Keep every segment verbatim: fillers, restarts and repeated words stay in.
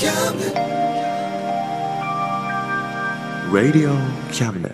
Radio Cabinet。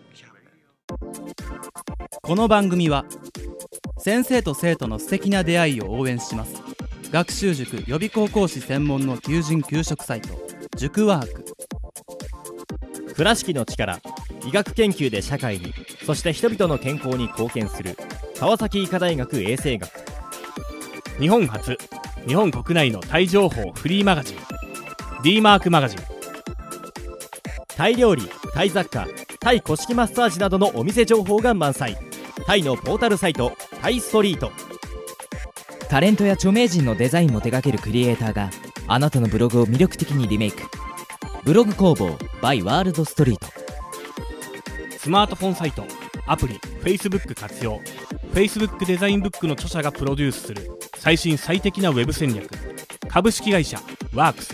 この番組は先生と生徒の素敵な出会いを応援します。学習塾予備高校師専門の求人・求職サイト塾ワーク。 倉敷の力、医学研究で社会に、そして人々の健康に貢献する川崎医科大学衛生学。 日本初、日本国内のタイ情報フリーマガジン D マークマガジン。 タイ料理、タイ雑貨、タイ古式マッサージなどのお店情報が満載。タイのポータルサイトタイストリート。 タレントや著名人のデザインも手掛けるクリエイターがあなたのブログを魅力的にリメイク。ブログ工房 by ワールドストリート。 スマートフォンサイト、アプリ、Facebook 活用。 Facebook デザインブックの著者がプロデュースする最新最適なウェブ戦略。株式会社ワークス。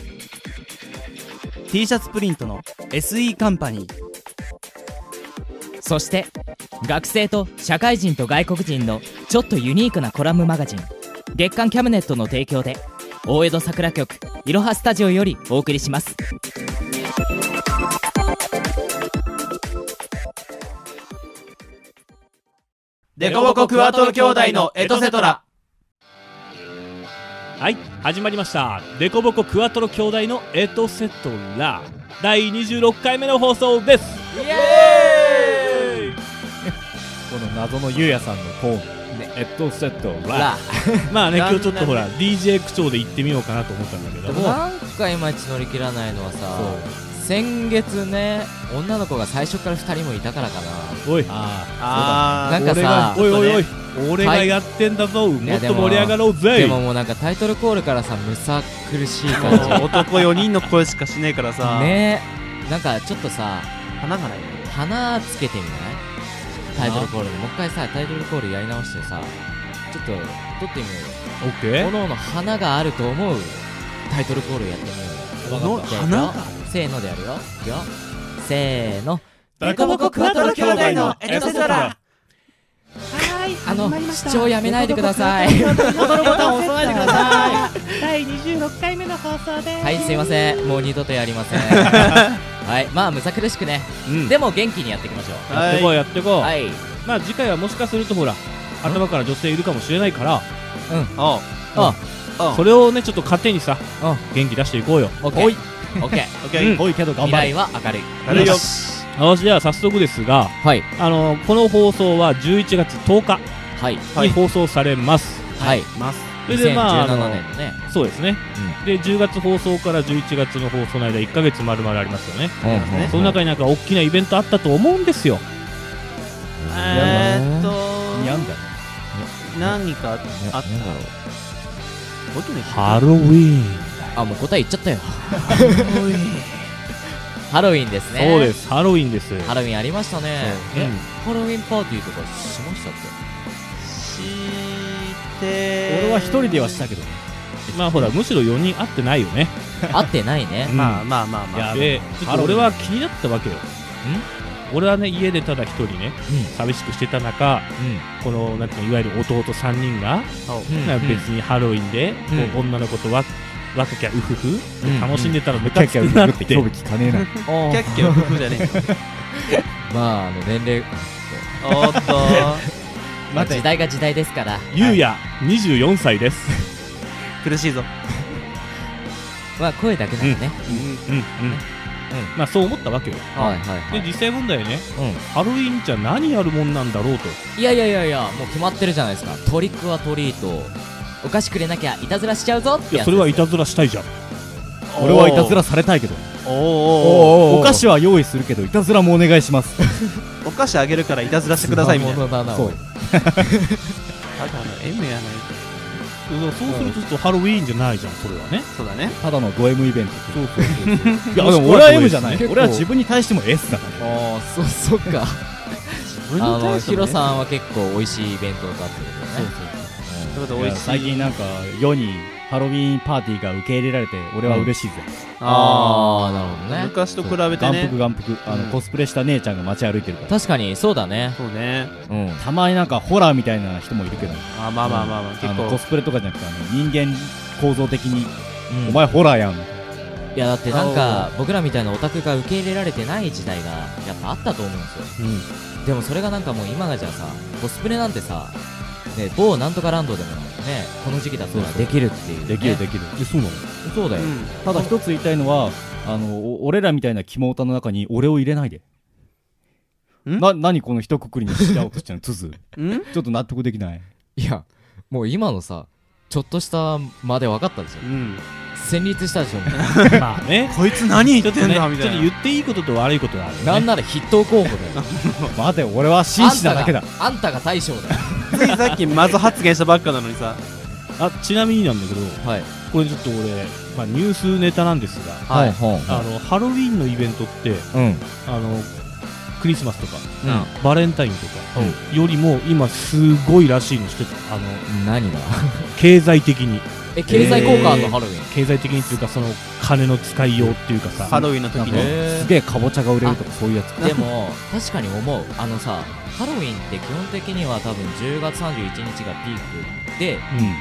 T シャツプリントの エスイー カンパニー。 そして学生と社会人と外国人のちょっとユニークなコラムマガジン月刊キャムネットの提供で大江戸桜局いろはスタジオよりお送りします。 デコボコクワトロ兄弟のエトセトラ。 はい、始まりました。デコボコクワトロ兄弟のエトセトラだいにじゅうろっかいめの放送です。 イエーイこの謎のゆうやさんのトーン、ね、エトセトラまあね、今日ちょっとほら ディージェー 口調で行ってみようかなと思ったんだけども、 なんかいまいち乗り切らないのはさ、先月ね、女の子が最初からふたりもいたからかな。 おい、 あー、なんかさ、 おいおいおい、俺がやってんだぞ、もっと盛り上がろうぜ。 でももうなんかタイトルコールからさ、むさ苦しい感じ男よにんの声しかしねえからさねえ、なんかちょっとさ、 花がないね。 花つけてみない？タイトルコールでもう一回さ、タイトルコールやり直してさ、ちょっと撮ってみようよ。 オッケー。 おのおの花があると思うタイトルコールやってみようよ。 の花がせーのでやるよ。いくよ、せーの、 デコボコクワトロ兄弟のエトセトラ。はい、 あの視聴やめないでください。 踊るボタンを押さないでください。だいにじゅうろっかいめの放送です。 はい、すいません、もう二度とやりません。はい、まあむさ苦しくね、うん、でも元気にやっていきましょう。 やってこうやってこう。 はい、 まあ次回はもしかするとほら頭から女性いるかもしれないから、 うん、 ああ、あ、それをねちょっと糧にさ、元気出していこうよ。 オッケー、オッケー、 オッケー、多いけど頑張る。 未来は明るい。 明るいよ。よし、では早速ですが、 はい、 あのこの放送はじゅういちがつとおかに放送されます。 はい、 それでまあ、 にせんじゅうななねんのね、 そうですね、うん、でじゅうがつ放送からじゅういちがつの放送の間いっかげつまるまるありますよね、うんうん、その中になんか大きなイベントあったと思うんですよ。 えーっとにゃんだ何かあったハロウィーン。 あ、もう答え言っちゃったよ。ハロウィンですね。 そうです、ハロウィンです。 ハロウィンありましたね。え、ハロウィンパーティーとかしましたっけ？して俺は一人ではしたけどね。 まあほら、むしろよにん会ってないよね。 会ってないね。 まあまあまあまあ。 で、ちょっと俺は気になったわけよ。俺はね、家でただ一人ね、寂しくしてた中、このなんていうの、いわゆる弟さんにんが別にハロウィンで女の子とわわかきゃうふふ楽しんでたらムカつくなって。 キャッキャウフフって聞かねえな。 キャッキャウフフじゃねえ。 まあ、あの年齢、 おっとまあ時代が時代ですから。 ゆうやにじゅうよんさいです。 苦しいぞ。 まあ声だけだよね。 うんうんうん。まあそう思ったわけよ。 はいはい。 で実際問題ね、ハロウィンじゃ何やるもんなんだろうと。 いやいやいやいや、もう決まってるじゃないですか。トリックはトリート。お菓子くれなきゃいたずらしちゃうぞってやつ。 いや、それはいたずらしたいじゃん。 俺はいたずらされたいけど。 おお菓子は用意するけどいたずらもお願いします。 お菓子あげるからいたずらしてくださいみたいな。そう。 ただの M やない。 そうするとちょっとハロウィーンじゃないじゃん、それはね。 そうだね。 ただのド M イベント。 そうそうそうそう。 いやでも俺は M じゃない。俺は自分に対しても S だから。 ああ、そそっか。あのヒロさんは結構美味しいイベントだったってことね。 そうそうそう。最近なんか世にハロウィンパーティーが受け入れられて俺は嬉しいぜ。 ああ、なるほどね。 昔と比べてね。 眼福眼福。あのコスプレした姉ちゃんが街歩いてるから。 確かにそうだね。 そうね。 うん。 たまになんかホラーみたいな人もいるけど。 あ、まあまあまあまあ。 結構コスプレとかじゃなくて、あの人間構造的にお前ホラーやん。 いやだってなんか僕らみたいなオタクが受け入れられてない時代がやっぱあったと思うんですよ、うん、でもそれがなんかもう今がじゃあさコスプレなんてさ、ね、某なんとかランドでもねこの時期だったらできるっていう、ね、 できるできる。 えそうなの？ そうだよ、うん、 ただ一つ言いたいのはあの俺らみたいなキモオタの中に俺を入れないで。な、何この一括りにしちゃおうとしてんのツズちょっと納得できない。 いやもう今のさちょっとしたまで分かったでしょ、うん、戦慄したでしょまあねこいつ何言ってんだみたいな。 ちょっと言っていいことと悪いことがある、ね、 なんなら筆頭候補だよ待て俺は紳士なだけだ。 あんたが大将だよついさっきまず発言したばっかなのにさあちなみになんだけど、はい、これちょっと俺、まあ、ニュースネタなんですが、はい、あのハロウィンのイベントって、うん、あのクリスマスとか、うん、バレンタインとか、うん、よりも今すごいらしいの知ってた？あの何が経済的にえ経済効果あるの、えー、ハロウィン経済的にっていうかその金の使いようっていうかさハロウィンの時に、 えー、すげえかぼちゃが売れるとかそういうやつでも確かに思うあのさハロウィンって基本的には多分じゅうがつさんじゅういちにちがピークで、うん、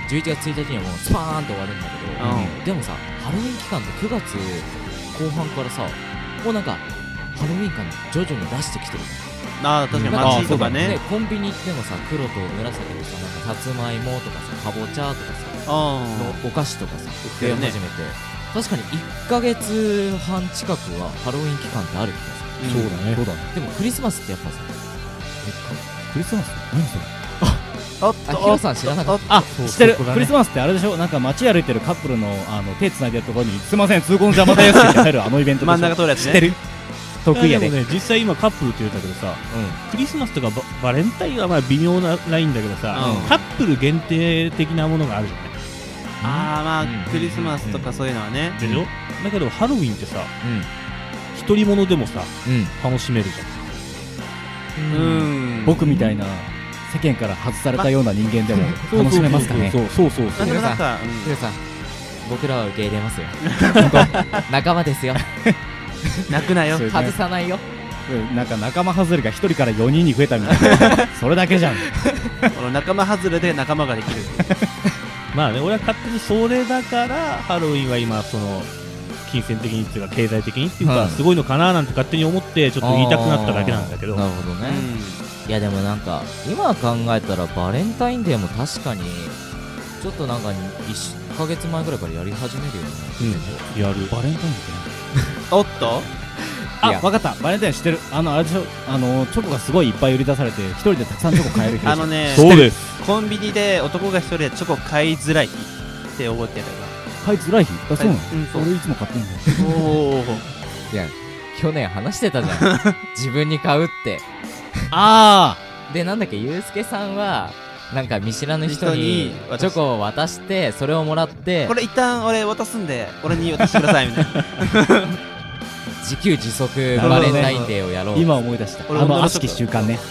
じゅういちがつついたちにはもうスパーンと終わるんだけど、うん、でもさハロウィン期間ってくがつこう半からさもうなんかハロウィン感徐々に出してきてる。 ああ確かに街とかね、 コンビニ行ってもさ黒と紫でさなんかさつまいもとかさかぼちゃとかさのお菓子とかさ売って始めて、確かにいっかげつはん近くはハロウィン期間ってある気がする、 うん、そうだねそうだね。 でもクリスマスってやっぱさクリスマス何それあっとヒロさん知らなかった。 あ知ってる、クリスマスってあれでしょなんか街歩いてるカップルのあの手つないでるところにすいません通行の邪魔ですって入るあのイベントでしょ真ん中通るやつね。 知ってる得意やで。 でもね実際今カップルって言ったけどさ、うん、クリスマスとか バ, バレンタインはまあ微妙なラインだけどさ、うん、カップル限定的なものがあるよね。 ああまあ、うん、クリスマスとかそういうのはね、 でしょ、だけどハロウィンってさ、うん、独り者でもさ、うん、楽しめるじゃん。 うんうん僕みたいな世間から外されたような人間でも楽しめますかね。 そうそうそうそう。 ヒロさん、ヒロさん僕らは受け入れますよ仲間ですよ泣くなよ外さないよ。 なんか仲間外れがひとりからよにんに増えたみたいなそれだけじゃんこの仲間外れで仲間ができるまあね俺は勝手にそれだからハロウィンは今その金銭的にっていうか経済的にっていうかすごいのかななんて勝手に思ってちょっと言いたくなっただけなんだけど。 なるほどね、うん、いやでもなんか今考えたらバレンタインデーも確かにちょっとなんかいっかげつまえぐらいからやり始めるよね、 うん、やるバレンタインデーおっとあ、わかったバレンタイン知ってるあのあれでしょあのチョコがすごいいっぱい売り出されて一人でたくさんチョコ買える日あのねそうですコンビニで男が一人でチョコ買いづらい日って覚えてるよ買いづらい日あそうなの、うん、俺いつも買ってんだよおいや去年話してたじゃん自分に買うってああでなんだっけゆうすけさんはなんか見知らぬ人にチョコを渡してそれをもらってこれ一旦俺渡すんで俺に渡してくださいみたいな自給自足バレンタインデーをやろう、 ね、今思い出したあの悪しき習慣ね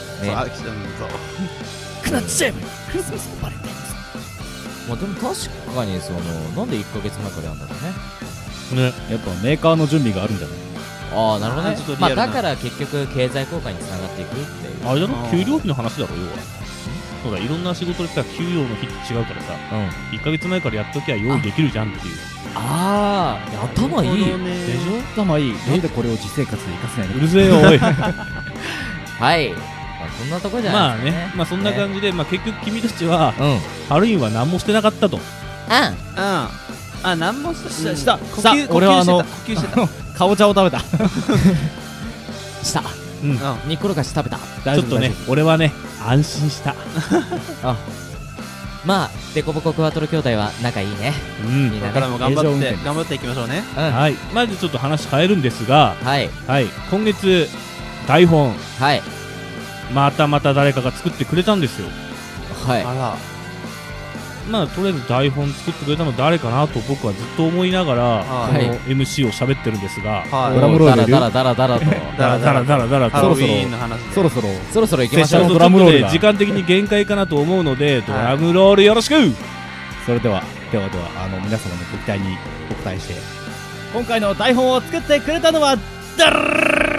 くなっちゃえばクリスマスのバレンタインですまあでも確かにそのなんでいっかげつまえからやるんだろうねねやっぱメーカーの準備があるんじゃないああなるほどねまあだから結局経済効果につながっていくっていうあれだろ給料日の話だろ要はそうだいろんな仕事でさ給料の日って違うからさ、うん、いっかげつまえからやっときゃ用意できるじゃんっていうああ頭いいでしょ頭いいなんでこれを実生活で生かせないのうるせえよおいはい、まあ、そんなとこじゃないですかねまあねまあそんな感じで、ねまあ、結局君たちは、うん、ハロウィンは何もしてなかったとうんうんあ何もしたした呼吸俺はあの呼吸してたかぼちゃを食べたしたうん煮っころがし食べたちょっとね俺はね安心したあまあデコボコクワトロ兄弟は仲いいねうんこれからも頑張って頑張っていきましょうね、 うん、はいまずちょっと話変えるんですがはい、 はい、今月台本はいまたまた誰かが作ってくれたんですよはいあらまあとりあえず台本作ってくれたの誰かなと僕はずっと思いながら、はい、この エムシー を喋ってるんですが、 はい、ドラムロールダラダラダラとダラダラダラダラとハロウィーンの話そろそろそろそろ行きましょうドラムロール時間的に限界かなと思うのでドラムロールよろしく、はい、 それではではではあの皆様のご期待にお答えして今回の台本を作ってくれたのはダル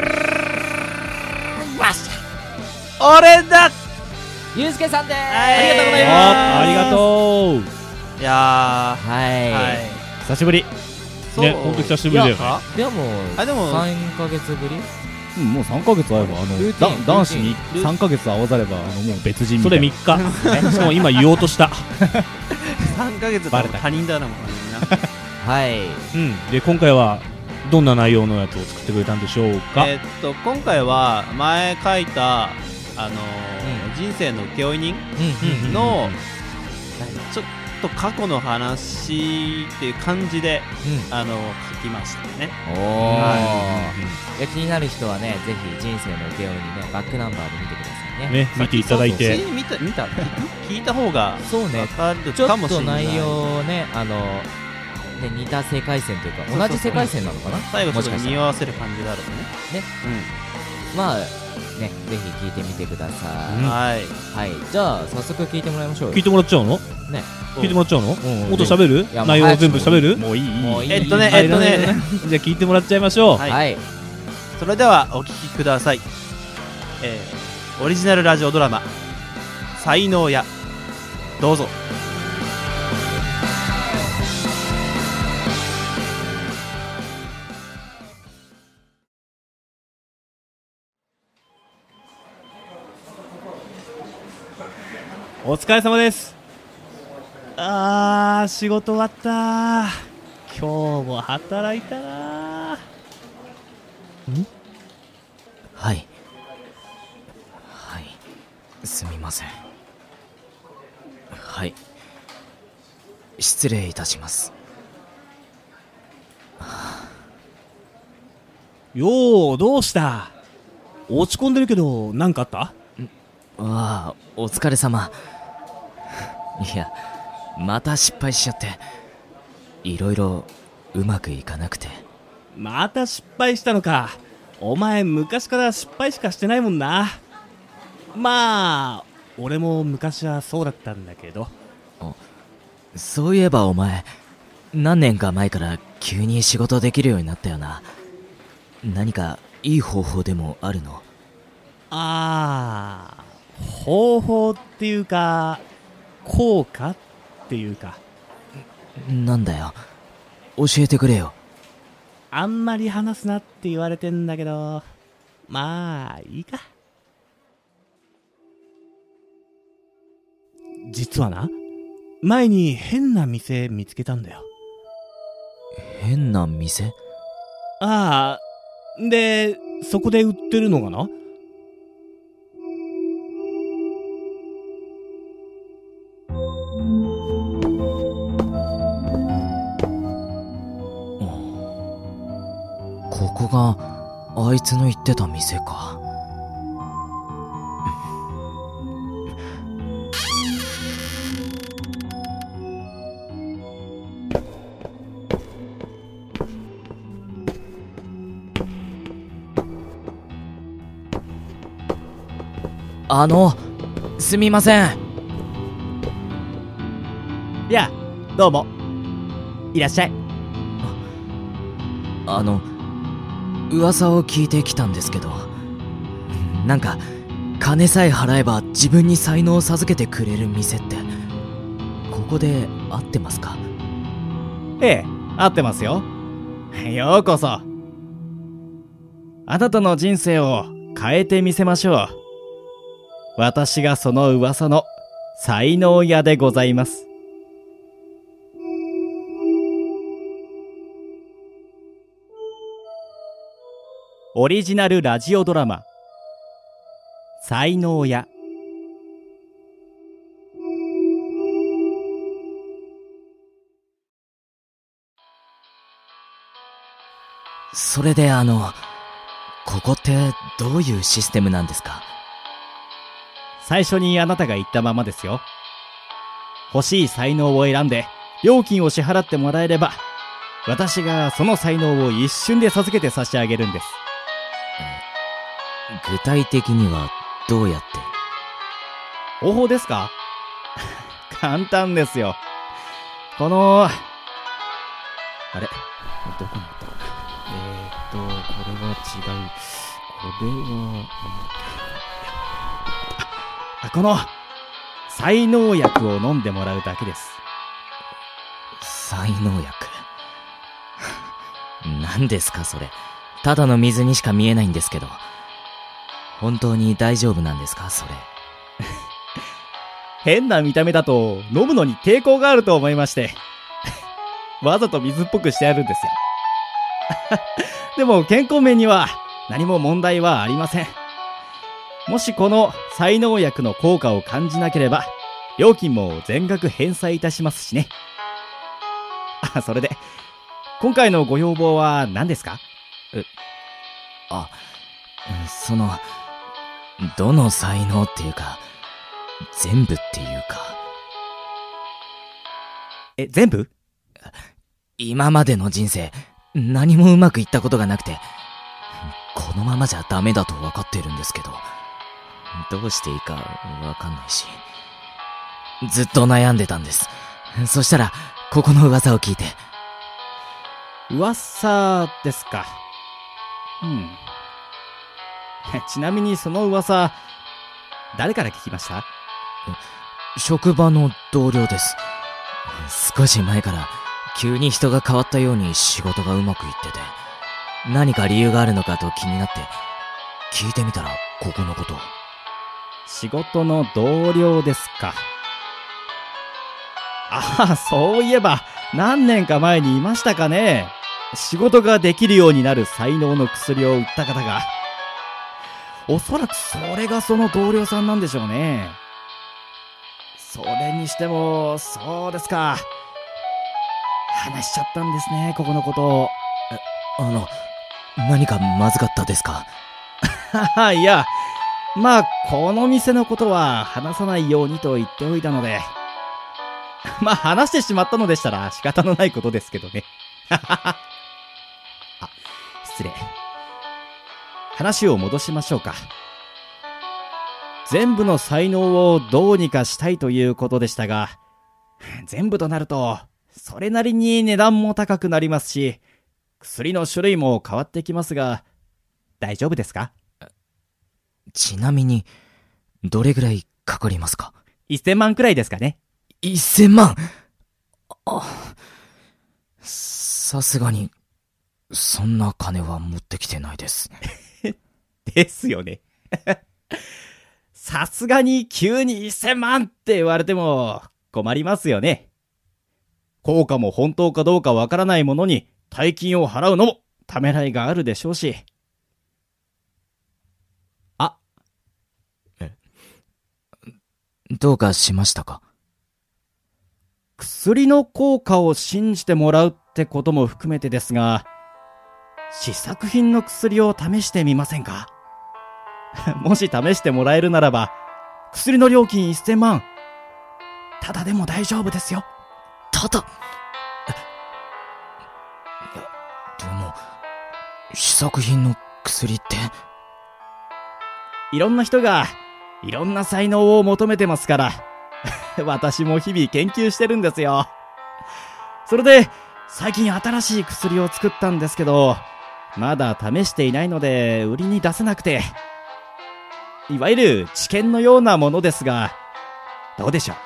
バシャ俺だゆうすけさんでーす、 ありがとうございますありがとういやーはい、はい、 久しぶりそうね、ほんと久しぶりだよね。 でもあでもさんかげつぶり。 うん、もうさんかげつ会えばあのルーティンだ男子にルーティンさんかげつ会わざればあのもう別人みそれたいな。 みっかしかも今言おうとしたさんかげつだと他人だなもんなはいうんで今回はどんな内容のやつを作ってくれたんでしょうか。 えっと今回は前書いたあのー人生の請負人のちょっと過去の話っていう感じで、あの書きましたね。 おお、はい、気になる人はねぜひ人生の請負にねバックナンバーで見てくださいね。 ね見ていただいて。 そうそう見た見た聞いた方がそうね分かるちょかもしれない。 っと内容をねあのね似た世界線というか同じ世界線なのかな。 最後ちょっともしかしたら匂わせる感じだろうね。 ね、うん、まあねぜひ聞いてみてください。 うん、はいはいじゃあ早速聞いてもらいましょうよ。 聞いてもらっちゃうの？ ね聞いてもらっちゃうの？もっと喋る？ いや内容を全部喋る？ もういいもういい。 えっとねえっとねじゃあ聞いてもらっちゃいましょう。 はい、 はい、 それではお聞きください。えー、オリジナルラジオドラマ才能屋どうぞ。 お疲れ様です。あー仕事終わったー。今日も働いたなー。んはいはいすみません。はい失礼いたします。 よーどうした？落ち込んでるけど何かあった？ ああお疲れ様。いやまた失敗しちゃっていろいろうまくいかなくて。 また失敗したのか。お前昔から失敗しかしてないもんな。まあ俺も昔はそうだったんだけど。 そういえばお前何年か前から急に仕事できるようになったよな。何かいい方法でもあるの？ あー方法っていうか効果っていうか。 なんだよ教えてくれよ。 あんまり話すなって言われてんだけどまあいいか。実はな前に変な店見つけたんだよ。 変な店？ ああでそこで売ってるのがなここがあいつの言ってた店か。あのすみません。 いやどうもいらっしゃい。 あの噂を聞いてきたんですけど、なんか金さえ払えば自分に才能を授けてくれる店ってここで合ってますか？ ええ合ってますよ。ようこそ。あなたの人生を変えてみせましょう。私がその噂の才能屋でございます。オリジナルラジオドラマ才能屋。 それであのここってどういうシステムなんですか？ 最初にあなたが言ったままですよ。欲しい才能を選んで料金を支払ってもらえれば私がその才能を一瞬で授けて差し上げるんです。 具体的にはどうやって？ 方法ですか？簡単ですよ。このあれどこにあったかな。えーっとこれは違う。これはあこの才能薬を飲んでもらうだけです。 才能薬何ですかそれ。ただの水にしか見えないんですけど。本当に大丈夫なんですかそれ。 変な見た目だと飲むのに抵抗があると思いましてわざと水っぽくしてあるんですよでも健康面には何も問題はありません。もしこの才能薬の効果を感じなければ料金も全額返済いたしますしね。あ、それで今回のご要望は何ですか？ え、あ、そのどの才能っていうか全部っていうか。 え、全部？ 今までの人生何もうまくいったことがなくて、このままじゃダメだと分かってるんですけど、どうしていいか分かんないし、ずっと悩んでたんです。そしたらここの噂を聞いて。 噂ですか。うん。ちなみにその噂誰から聞きました？ 職場の同僚です。少し前から急に人が変わったように仕事がうまくいってて、何か理由があるのかと気になって聞いてみたらここのこと。 仕事の同僚ですか。ああ、そういえば何年か前にいましたかね。仕事ができるようになる才能の薬を売った方が。おそらくそれがその同僚さんなんでしょうね。それにしても、そうですか。話しちゃったんですね、ここのことを。 あの、何かまずかったですか？ いや、まあ、この店のことは話さないようにと言っておいたので。まあ、話してしまったのでしたら仕方のないことですけどね。あ、失礼。話を戻しましょうか。全部の才能をどうにかしたいということでしたが、全部となるとそれなりに値段も高くなりますし、薬の種類も変わってきますが、大丈夫ですか？ ちなみにどれぐらいかかりますか？ せんまんくらいですかね。 せんまん？あ、さすがにそんな金は持ってきてないですですよねさすがに急にせんまんって言われても困りますよね。効果も本当かどうかわからないものに大金を払うのもためらいがあるでしょうし。あ、 え、どうかしましたか？ 薬の効果を信じてもらうってことも含めてですが、試作品の薬を試してみませんか？もし試してもらえるならば、薬の料金せんまん、ただでも大丈夫ですよ。 ただ？いや、でも試作品の薬って。 いろんな人がいろんな才能を求めてますから私も日々研究してるんですよ。それで最近新しい薬を作ったんですけど、まだ試していないので売りに出せなくて、いわゆる治験のようなものですが、どうでしょう？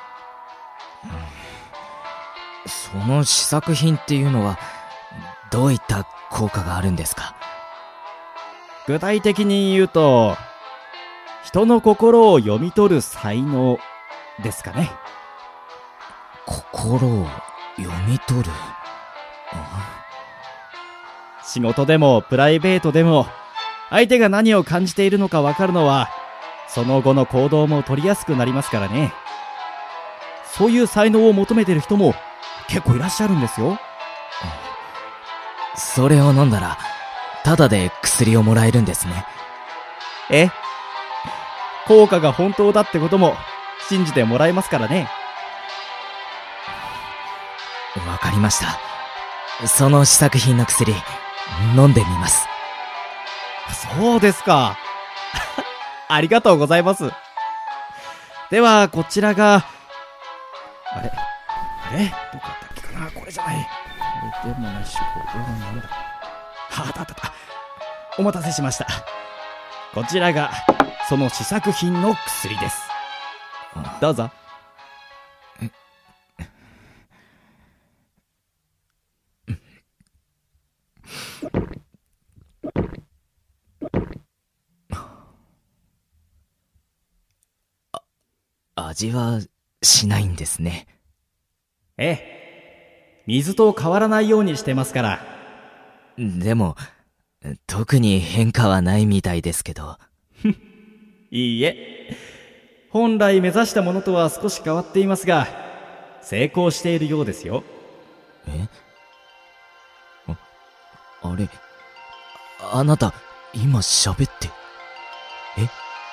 その試作品っていうのはどういった効果があるんですか？ 具体的に言うと、人の心を読み取る才能ですかね。 心を読み取る？ 仕事でもプライベートでも、相手が何を感じているのか分かるのはその後の行動も取りやすくなりますからね。そういう才能を求めてる人も結構いらっしゃるんですよ。 それを飲んだらタダで薬をもらえるんですね。 え、効果が本当だってことも信じてもらえますからね。 わかりました。その試作品の薬飲んでみます。 そうですかありがとうございます。ではこちらが、あれあれどこだったっけかな。これじゃない。これでもないし、これはなんだ。はあ、あったあった。お待たせしました。こちらがその試作品の薬です。どうぞ。 味はしないんですね。 ええ、水と変わらないようにしてますから。 でも特に変化はないみたいですけど。 いいえ、本来目指したものとは少し変わっていますが、成功しているようですよ。 え？あ、あれ、あなた今喋って、え？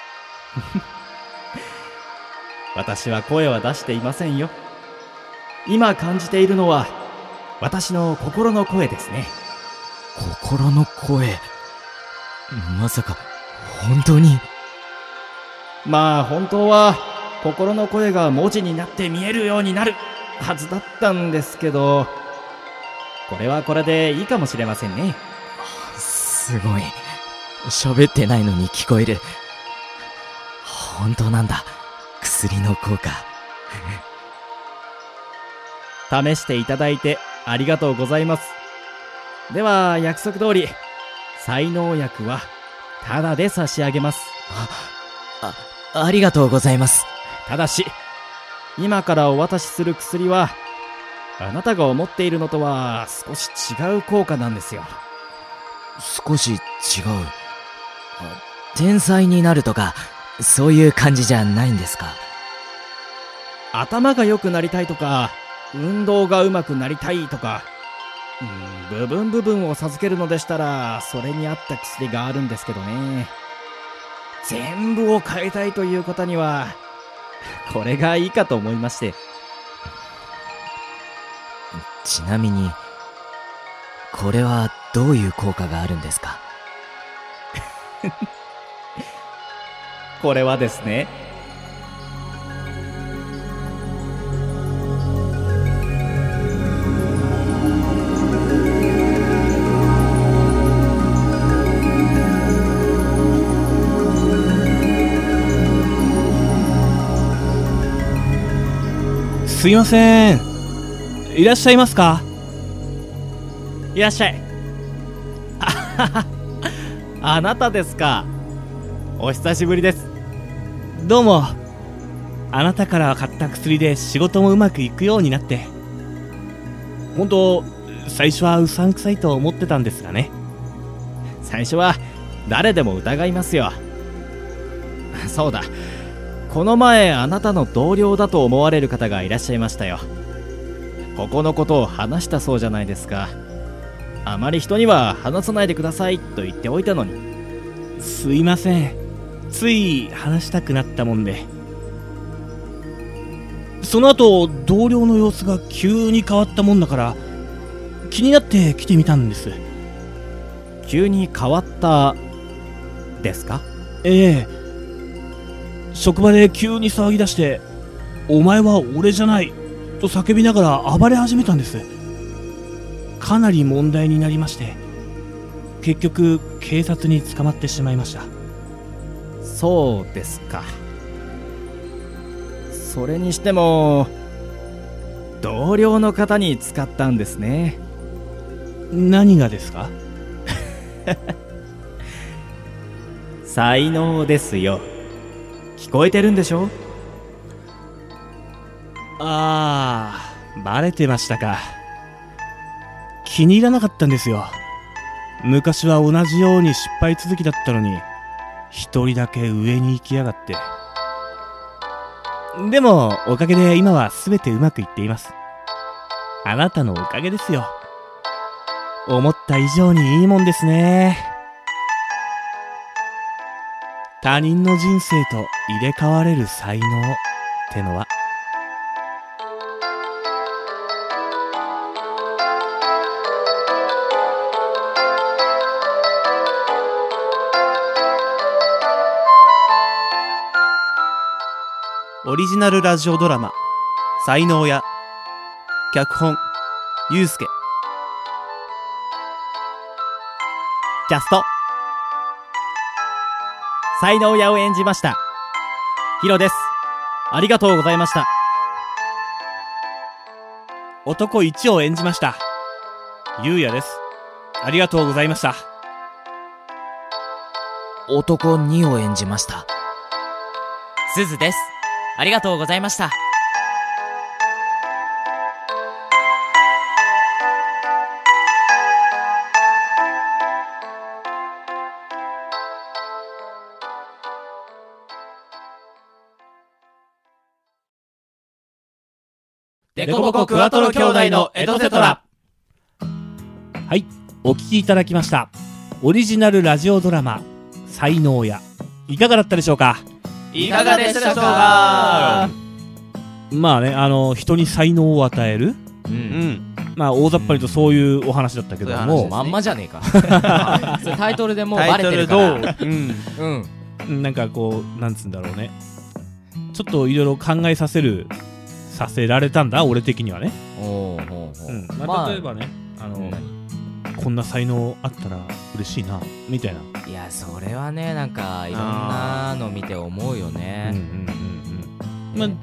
私は声は出していませんよ。今感じているのは私の心の声ですね。 心の声、まさか本当に？ まあ本当は心の声が文字になって見えるようになるはずだったんですけど、これはこれでいいかもしれませんね。 すごい、喋ってないのに聞こえる。本当なんだ、薬の効果。 試していただいてありがとうございます。では約束通り才能薬はタダで差し上げます。 あ、あ、ありがとうございます。 ただし今からお渡しする薬はあなたが思っているのとは少し違う効果なんですよ。 少し違う？天才になるとかそういう感じじゃないんですか？ 頭が良くなりたいとか運動が上手くなりたいとか、うん、部分部分を授けるのでしたらそれに合った薬があるんですけどね。全部を変えたいという方にはこれがいいかと思いまして。 ちなみにこれはどういう効果があるんですか？ これはですね、 すいません、いらっしゃいますか？ いらっしゃい。ああなたですか。お久しぶりです。 どうも。あなたから買った薬で仕事もうまくいくようになって、本当最初はうさんくさいと思ってたんですがね。 最初は誰でも疑いますよ。そうだ、この前あなたの同僚だと思われる方がいらっしゃいましたよ。ここのことを話したそうじゃないですか。あまり人には話さないでくださいと言っておいたのに。 すいません、つい話したくなったもんで。その後同僚の様子が急に変わったもんだから気になって来てみたんです。 急に変わったですか？ ええ、職場で急に騒ぎ出して「お前は俺じゃない!」と叫びながら暴れ始めたんです。かなり問題になりまして、結局警察に捕まってしまいました。 そうですか。それにしても同僚の方に使ったんですね。 何がですか？ 才能ですよ。聞こえてるんでしょ？ ああ、バレてましたか。気に入らなかったんですよ。昔は同じように失敗続きだったのに一人だけ上に行きやがって。でもおかげで今は全てうまくいっています。あなたのおかげですよ。思った以上にいいもんですね。他人の人生と入れ替われる才能ってのは。 オリジナルラジオドラマ「才能屋」、脚本ゆうすけ。 キャスト才能屋を演じましたヒロです。ありがとうございました。 男いちを演じましたゆうやです。ありがとうございました。 男にを演じましたすずです。 ありがとうございました。 デコボコクワトロ兄弟のエトセトラ。 はい、お聞きいただきましたオリジナルラジオドラマ才能屋、いかがだったでしょうか。 いかがでしたでしょうか。 まあね、あの人に才能を与える、 うん、うん、 まあ大雑把に言うとそういうお話だったけども、 ね、まんまじゃねえかそれタイトルでもうバレてるからタイトルどう、 うんうん、なんかこうなんつうんだろうね、ちょっといろいろ考えさせるさせられたんだ俺的にはね。おーほうほう、うんまあまあ、例えばね、あの、うん、こんな才能あったら嬉しいなみたいな。 いやそれはね、なんかいろんなの見て思うよね。うんうんうんうん。まあ、うん、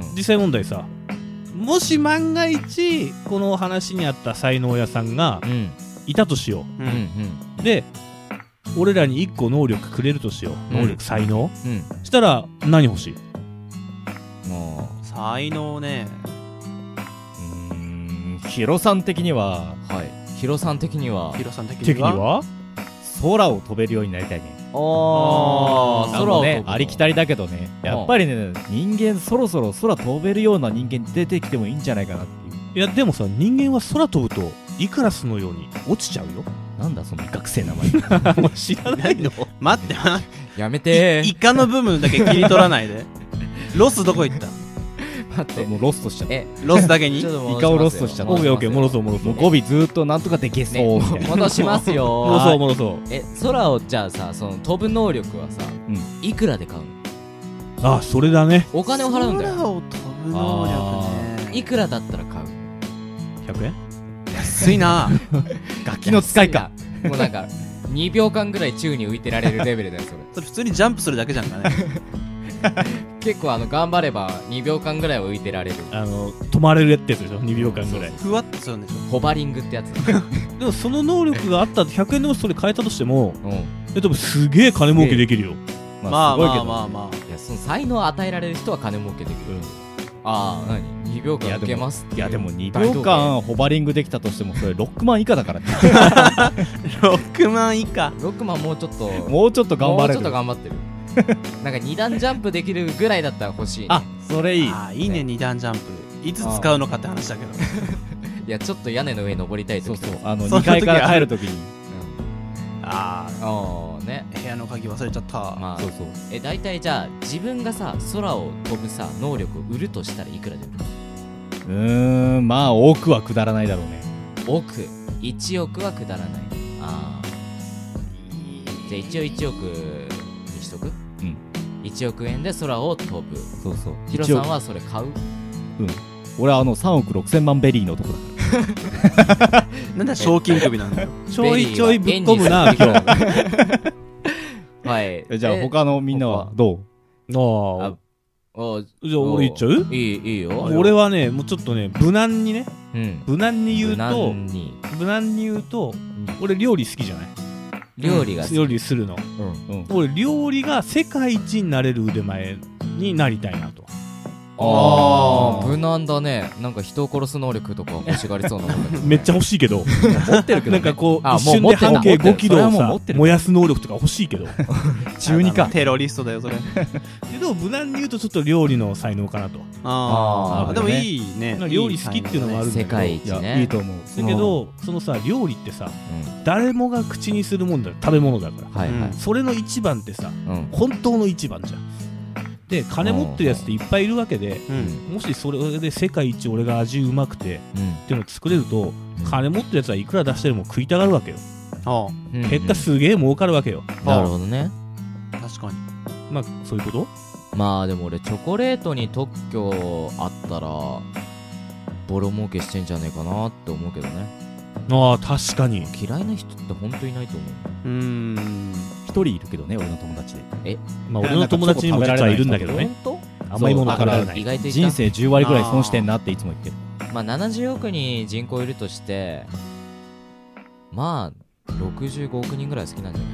実際問題さ、もし万が一この話にあった才能屋さんがいたとしよう、うんうんうん、で俺らにいっこ能力くれるとしよう、能力、うん、才能、うん、したら何欲しい？ もう才能ね、 うーん、ヒロさん的には、 はい、ヒロさん的にはヒロさん的には空を飛べるようになりたいね。 ああ、 空をね、ありきたりだけどね、やっぱりね、人間そろそろ空飛べるような人間出てきてもいいんじゃないかなっていう。 いやでもさ、人間は空飛ぶとイカラスのように落ちちゃうよ。 なんだその学生名前もう知らないの待って待ってやめてー、イカの部分だけ切り取らないでロスどこ行った？ 待って、もうロストしちゃった。 え、ロスだけにイカをロストしちゃった。 オッケーオッケー、戻そう戻そう。 語尾ずーっとなんとかでゲそうみたいな。 戻しますよ戻そう戻そう。 え、空をじゃあさ、その飛ぶ能力はさ、うん、いくらで買うの？あ、それだね。 お金を払うんだよ。 空を飛ぶ能力ね。 いくらだったら買う？ ひゃくえん？ 安いな楽器の使いか。 もうなんかにびょうかんぐらい宙に浮いてられるレベルだよそれ。 それ普通にジャンプするだけじゃんかね結構あの頑張ればにびょうかんぐらいは浮いてられる。 あの止まれるやつでしょ、にびょうかんぐらい。 ふわっとするんでしょ、 ホバリングってやつでもその能力があったらひゃくえんでもそれ変えたとしても、うん、え多分すげえ金儲けできるよ。 まあまあまあまあまあ、 いやその才能を与えられる人は金儲けできる、うん、ああ、何にびょうかん受けますって。 いやでもにびょうかんホバリングできたとしてもそれろくまん以下だからねろくまん以下。 ろくまんもうちょっともうちょっと頑張れる。 もうちょっと頑張ってるなんかに段ジャンプできるぐらいだったら欲しい、ね、 あ、それいい。 あ、いいね、に段ジャンプいつ使うのかって話だけどいやちょっと屋根の上に登りたいとき。 そうそう、あのにかいから帰るときに、うん、 ああね、 部屋の鍵忘れちゃった、 まあ、そうそう。え、大体じゃあ自分がさ空を飛ぶさ能力を売るとしたらいくらで売るの？ うーん、まあ多くはくだらないだろうね。 億いちおくはくだらない。ああ、じゃあ一応いちおくにしとく。うん、いちおくえんで空を飛ぶ。 そうそう。 ヒロさんはそれ買う？うん、 俺はあのさんおくろくせんまんベリーの男だからなんだ賞金首なんだよちょいちょいぶっ込むな今日はい。 じゃあ他のみんなはどう？ああ、あ、じゃあ俺言っちゃう？ いい、いいよ。 俺はね、もうちょっとね、無難にね、うん、無難に言うと、無難に言うと、うん、俺料理好きじゃない？ 料理が好き、 料理するの、うんうん、俺料理が世界一になれる腕前になりたいなと。 ああ、無難だね。なんか人を殺す能力とか欲しがりそうなもんだけど、ね、 めっちゃ欲しいけど持ってるけど、ね、 なんかこう一瞬で半径ごキロをさ燃やす能力とか欲しいけど中二かテロリストだよそれでも無難に言うとちょっと料理の才能かなと。 ああ、でもいいね。 料理好きっていうのもあるんだけど、 世界一ね、 いいと思う。 だけどそのさ料理ってさ、うん、誰もが口にするもんだよ、食べ物だから、はいはい、それの一番ってさ、うん、本当の一番じゃん。で金持ってるやつっていっぱいいるわけで、うん、もしそれで世界一俺が味うまくて、うん、っていうのを作れると、うん、金持ってるやつはいくら出しても食いたがるわけよ、うん、結果すげえ儲かるわけよ、 うん、なるほどね。 確かに。 まあそういうこと。 まあでも俺チョコレートに特許あったらボロ儲けしてんじゃねえかなって思うけどね。 ああ確かに。 嫌いな人って本当いないと思う。 うーん、一人いるけどね、俺の友達で。 え、 まあ俺の友達にも実はいるんだけどね。甘いもの食べられない。 意外と人生じゅうわりぐらい損してんなっていつも言ってる。 まあななじゅうおくに人口いるとしてまあろくじゅうごおくにんぐらい好きなんじゃない？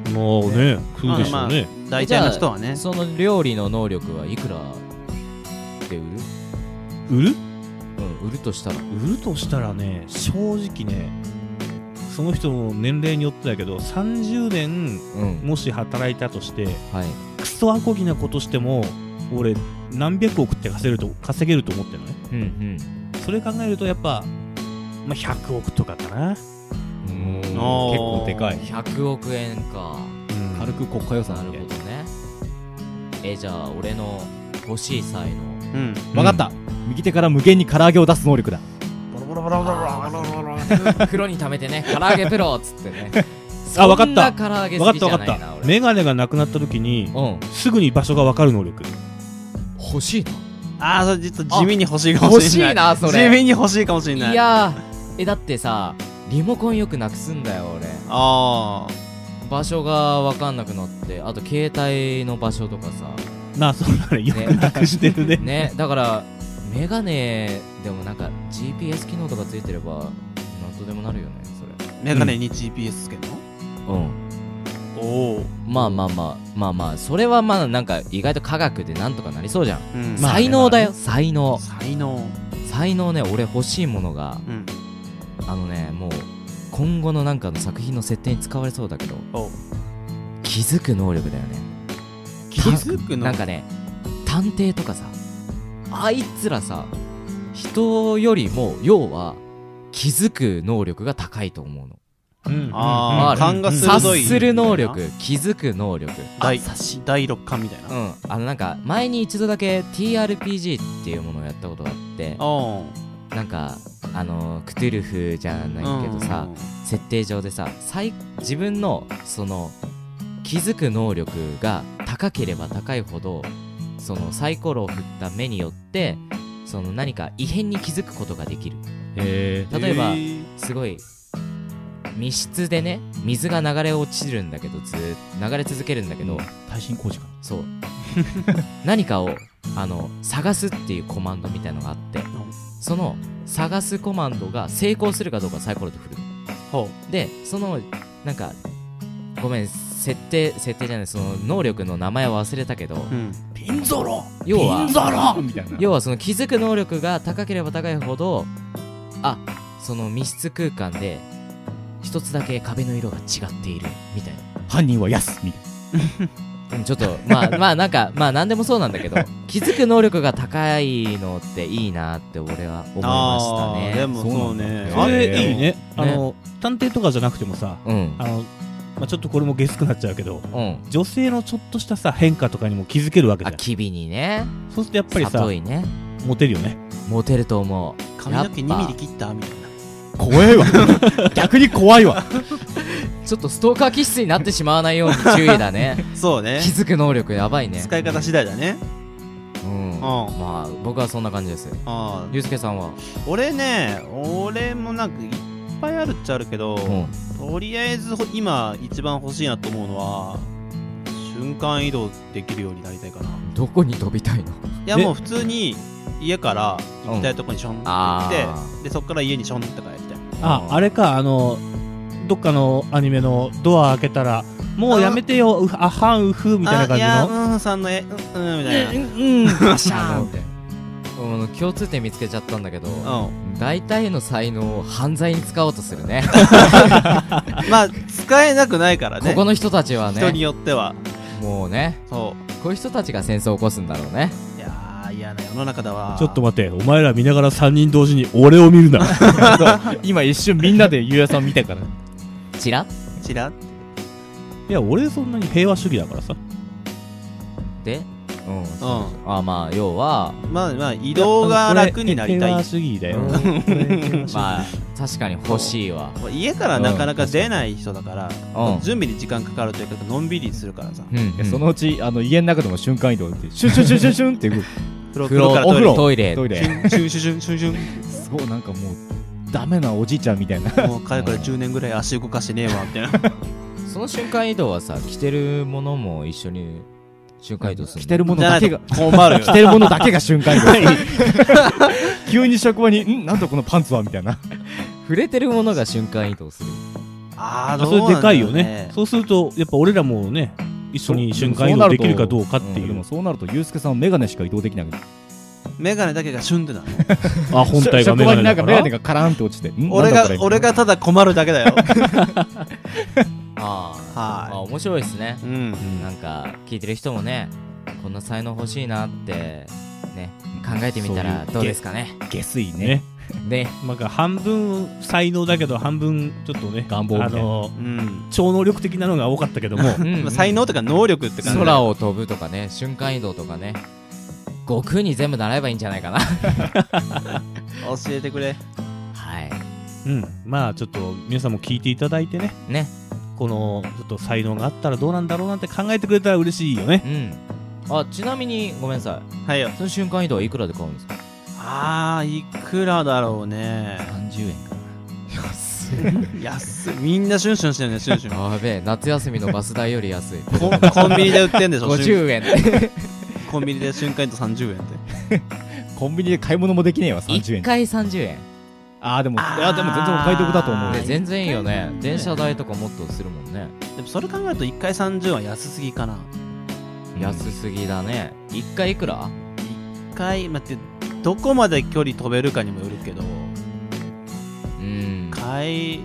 もうね、食うでしょうね。 大体の人はね。 その料理の能力はいくら売るうん売るとしたら売るとしたらね、正直ね、その人の年齢によってだけどさんじゅうねんもし働いたとして、 はい、 クソアコギなことしても俺何百億って稼げると稼げると思ってるのね、 うんうん、 それ考えるとやっぱ、まあ、ひゃくおくとかかな。 うん、結構でかい。 ひゃくおくえんか、 うん、軽く国家予算。 なるほどね。えじゃあ俺の欲しい才能、 うん、分かった、うん、右手から無限に唐揚げを出す能力だ。 ボロボロボロボロボロ袋に溜めてね、唐揚げプロっつってねあ、分かった、 そんな唐揚げ好きじゃないな。 分かった分かった。メガネがなくなった時に、 うん、 すぐに場所が分かる能力。 欲しいな。 あー、それ実は地味に欲しいかもしれない。 欲しいな、それ。 地味に欲しいかもしれない。 いやー、えだってさ、リモコンよくなくすんだよ俺。 あー、場所が分かんなくなって、あと携帯の場所とかさ。 なあ、そうだね、よくなくしてるね。 ね、だからメガネでもなんか ジーピーエス 機能とかついてればなんとでもなるよね、それ。 メガネに ジーピーエス つけるの？ うん。 おお。 まあまあまあまあまあ、それはまあなんか意外と科学でなんとかなりそうじゃん。 うん、 才能だよ、才能。 才能。 才能ね、俺欲しいものが、うん、あのね、もう今後のなんかの作品の設定に使われそうだけど、気づく能力だよね。 気づくの？ なんかね、探偵とかさ、あいつらさ、人よりも要は気づく能力が高いと思うの。 うん、ああ、勘が鋭い。 察する能力、気づく能力、 第第六感みたいな。 うん、あのなんか前に一度だけ ティーアールピージー っていうものをやったことがあって、なんかあのクトゥルフじゃないけどさ、設定上でさ、自分のその気づく能力が高ければ高いほど、そのサイコロを振った目によってその何か異変に気づくことができる。 へ例えばすごい密室でね、水が流れ落ちるんだけど、ずーっと流れ続けるんだけど、 耐震工事か。 そう何かをあの探すっていうコマンドみたいのがあって、その探すコマンドが成功するかどうかサイコロで振る。ほうで、そのなんかごめん、設定設定じゃない、その能力の名前は忘れたけど、うん、 ピンゾロ要はピンゾロみたいな。 要はその気づく能力が高ければ高いほど、あ、その密室空間で一つだけ壁の色が違っているみたいな。 犯人はヤスみたいなちょっとまあまあなんかまあ何でもそうなんだけど、気づく能力が高いのっていいなって俺は思いましたね。 でもそうね、 あれいいね。あの探偵とかじゃなくてもさ、うん、あのまあ、ちょっとこれもゲスくなっちゃうけど、うん、女性のちょっとしたさ変化とかにも気づけるわけじゃん。 あ、機微にね。 そうするとやっぱりさ、 里いね、 モテるよね。 モテると思う。 髪の毛にミリ切ったみたいな。 怖いわ逆に怖いわちょっとストーカー気質になってしまわないように注意だねそうね、 気づく能力やばいね。 使い方次第だね。 うん、うん、まあ僕はそんな感じです。あ、ゆうすけさんは？ 俺ね、俺もなんかいっぱいあるっちゃあるけど、うん、とりあえず今一番欲しいなと思うのは瞬間移動できるようになりたいかな。 どこに飛びたいの？いやもう普通に家から行きたいとこにションって行って、うん、でそこから家にションって帰りたい。 あ、あれか、あのどっかのアニメのドア開けたらもうやめてよ、うあはんうふみたいな感じの。 あ、いや、うんさんのえうんうんみたいな。 うんうんパシャーンってうん、共通点見つけちゃったんだけど、うん、大体の才能を犯罪に使おうとするねまあ使えなくないからね、 ここの人たちはね、 人によってはもうね、そうこういう人たちが戦争を起こすんだろうね。 いやー、嫌な世の中だわ。 ちょっと待って、お前ら見ながらさんにん同時に俺を見るな今一瞬みんなでゆうやさん見たからチラッチラッ。 いや、俺そんなに平和主義だからさ。 でうん、うん、あ、まあ要はまあまあ移動が楽になりたい。 平和主義だよまあ確かに欲しいわ。 家からなかなか出ない人だから、うん、準備に時間かかるというかのんびりするからさ、 うんうん、そのうちあの家の中でも瞬間移動ってシュンシュンシュンシュンシュンって風呂からトイレトイレトイレシュンシュンシュンシュンシュンすごいなんかもうダメなおじいちゃんみたいなもうかれこれじゅうねんぐらい足動かしてねえわみたいなその瞬間移動はさ、着てるものも一緒に瞬間移動する。 着てるものだけが困るよ着てるものだけが瞬間移動急に職場にんなんとこのパンツはみたいな触れてるものが瞬間移動する。 ああ、 それでかいよね。そうするとやっぱ俺らもね一緒に瞬間移動できるかどうかっていう。 でもそうなるとユうスケさんはメガネしか移動できなくなる。 メガネだけがシュンってなるあ、本体が職メガネだから場になんかメガネがカランって落ちて、ん俺がなんだこれ俺がただ困るだけだよあー、 はいあ、面白いですね。 うんなんか聞いてる人もね、こんな才能欲しいなってね考えてみたらどうですかね。 下水ねね。 ね、 なんか半分才能だけど半分ちょっとね、 願望みたいなあのうん超能力的なのが多かったけどもうんまあ才能とか能力って感じ空を飛ぶとかね、瞬間移動とかね、悟空に全部習えばいいんじゃないかな教えてくれ。 はいうん、まあちょっと皆さんも聞いていただいてね、 ね、 このちょっと才能があったらどうなんだろうなんて考えてくれたら嬉しいよね。 うん。あ、ちなみにごめんなさい、 はいよ。 その瞬間移動はいくらで買うんですか？ あーいくらだろうね。 さんじゅうえんか安い。みんなシュンシュンしてるね、シュンシュン。 な。やべえ、夏休みのバス代より安い。 コンコンビニで売ってんでしょ。 ごじゅうえんでコンビニで瞬間移動さんじゅうえんって。 コンビニで買い物もできねえわさんじゅうえんいっかいさんじゅうえんあーでもいやでも全然お買い得だと思うでよ全然いいよね。電車代とかもっとするもんね。 でもそれ考えるといっかいさんじゅうえんは安すぎかな。 安すぎだね。いっかいいくら？ いっかい待って、どこまで距離飛べるかにもよるけど、 うん買い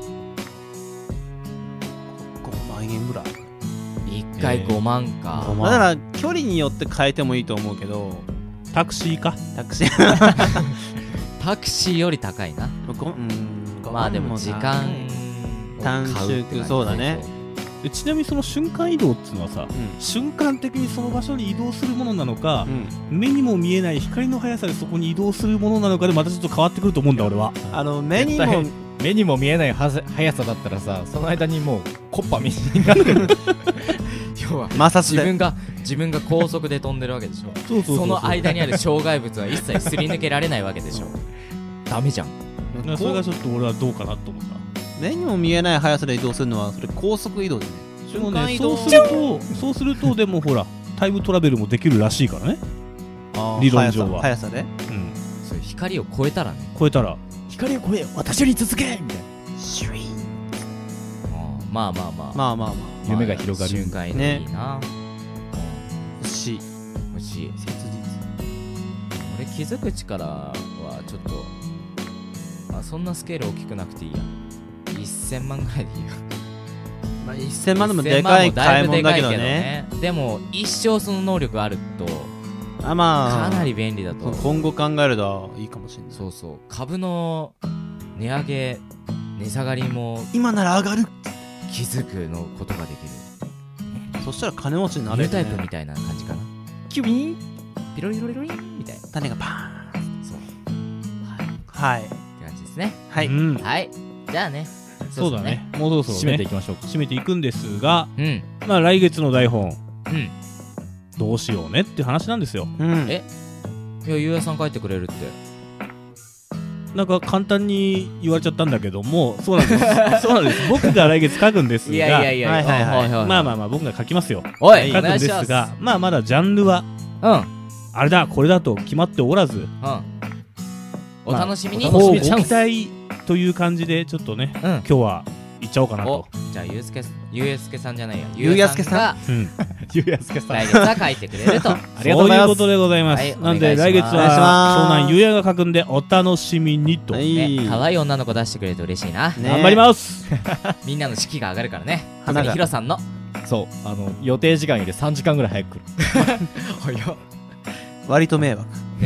ごまんえんぐらい。 いっかいごまんか、 まあだから距離によって変えてもいいと思うけど、 タクシーか。 タクシータクシーより高いな。 ごうんごまあでも時間を買うって感じ短縮そうだね。 でちなみにその瞬間移動っていうのはさ、 うん瞬間的にその場所に移動するものなのか、 うん目にも見えない光の速さでそこに移動するものなのかでまたちょっと変わってくると思うんだ俺は。 あの目にも絶対目にも見えないはず速さだったらさ、その間にもうコッパみじんになる要は摩擦で自分が自分が高速で飛んでるわけでしょ。 そうそうそうそうその間にある障害物は一切すり抜けられないわけでしょ。ダメじゃん。 だからそれがちょっと俺はどうかなと思った。 目にも見えない速さで移動するのはそれ高速移動でね。 でもね、 瞬間移動そうするとそうするとでもほらタイムトラベルもできるらしいからね。 あー理論上は速さ速さでうん、 それ光を超えたらね。 超えたら光を超え私より続けみたいなシュイーン。 まあまあまあ、 まあまあま夢が広がる瞬間移動いいな、 あ欲しい。 うん、欲しい。 切実。 俺気づく力はちょっと、まあ、そんなスケール大きくなくていいや。せんまんぐらいでいいよ。 まあいっせんまんでもでかい買い物だけどね。 でも一生その能力があるとあまあかなり便利だと。 今後考えるといいかもしれない。 そうそう、株の値上げ値下がりも今なら上がる。 気づくのことができる。 そしたら金持ちになニュータイれるね。 プみたいな感じかな。 キュイーンピロリロリロリンみたいな。 種がパーン。 そう、 はいって感じですね。 はい。 うん、 はい、じゃあね。 そうだね。もうそろそ締ろねめていきましょうか。 締めていくんですが、 うんまあ来月の台本うん。 どうしようねっていう話なんですよ。 うんえいや、ゆうやさん書いてくれるって。 なんか簡単に言われちゃったんだけども、そうなんですそうなんです僕が来月書くんですが、 いやいやいや、 はいはいはいまあまあまあ僕が書きますよ。 おい、 書くんでお願いしますす。 が、まあまだジャンルはうんあれだこれだと決まっておらず、 うん。お楽しみに。 こうごお楽しみチャンス期待という感じでちょっとね、 うん。 今日は行っちゃおうかなおと。、 じゃあゆうすけゆうやすけさんじゃないや。 ゆうやすけさんがうん、 ゆうやすけさん来月は書いてくれると。 ありがとうございますそういうことでございます。 はいなんでお願いします来月はお願いします湘南ゆうやが書くんでお楽しみにと、 はいね、可愛い女の子出してくれると嬉しいな。 ね頑張ります。 みんなの士気が上がるからね。特花がにヒロさんの。 そうあの予定時間よりさんじかんぐらい早く来る割と迷惑。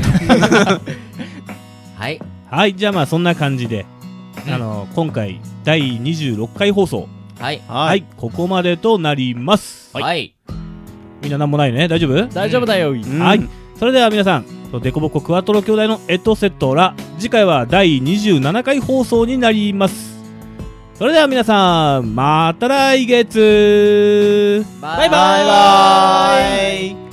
はい。 はい、じゃあまあそんな感じで、 うんあの今回だいにじゅうろっかい放送、 はい。 はい、ここまでとなります。 はい。 みんななんもないね、大丈夫？ 大丈夫だよ、 うんはい、それでは皆さん、デコボコクワトロ兄弟のエトセトラ、次回はだいにじゅうななかい放送になります。それでは皆さん、また来月。 バイバイバイバイ。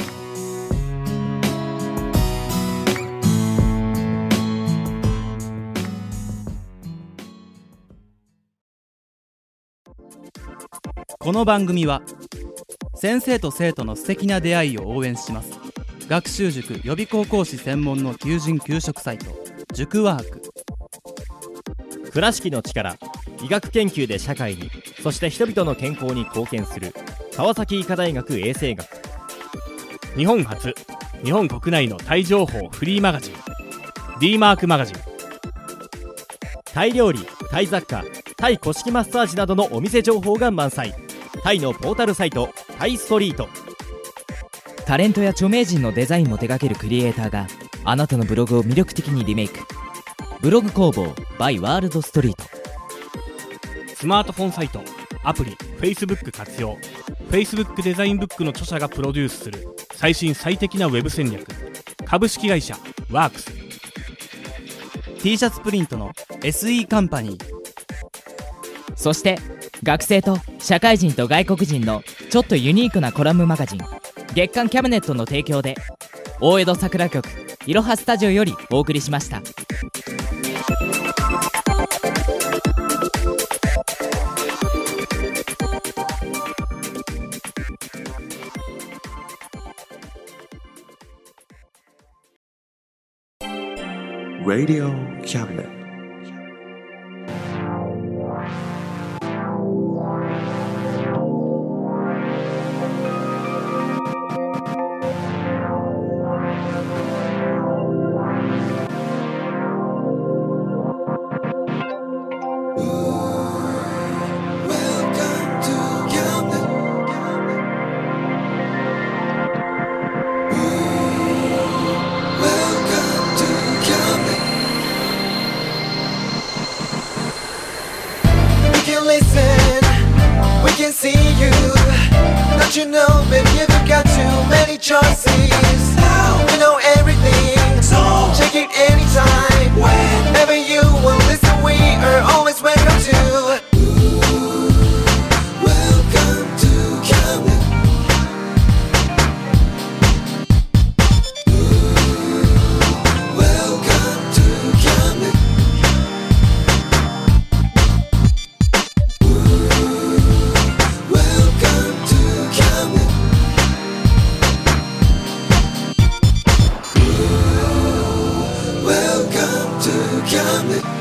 この番組は先生と生徒の素敵な出会いを応援します。学習塾予備高校師専門の求人・求職サイト塾ワーク。 倉敷の力、医学研究で社会に、そして人々の健康に貢献する川崎医科大学衛生学。 日本初日本国内のタイ情報フリーマガジン D マークマガジン。 タイ料理、タイ雑貨、タイ古式マッサージなどのお店情報が満載。タイのポータルサイトタイストリート。 タレントや著名人のデザインも手掛けるクリエイターがあなたのブログを魅力的にリメイク。ブログ工房 by ワールドストリート。 スマートフォンサイト、アプリ、Facebook 活用。 Facebook デザインブックの著者がプロデュースする最新最適なウェブ戦略。株式会社ワークス。 T シャツプリントの エスイー カンパニー。 そして学生と社会人と外国人のちょっとユニークなコラムマガジン月刊キャムネットの提供で大江戸桜局いろはスタジオよりお送りしました。 Radio Cabinet. You know, baby, you've got too many choices. We know everything, so check it anytime. Whenever you will listen, we are always welcome to. Welcome to Camden. Welcome to Camden. Welcome to Camden. Welcome to Camden.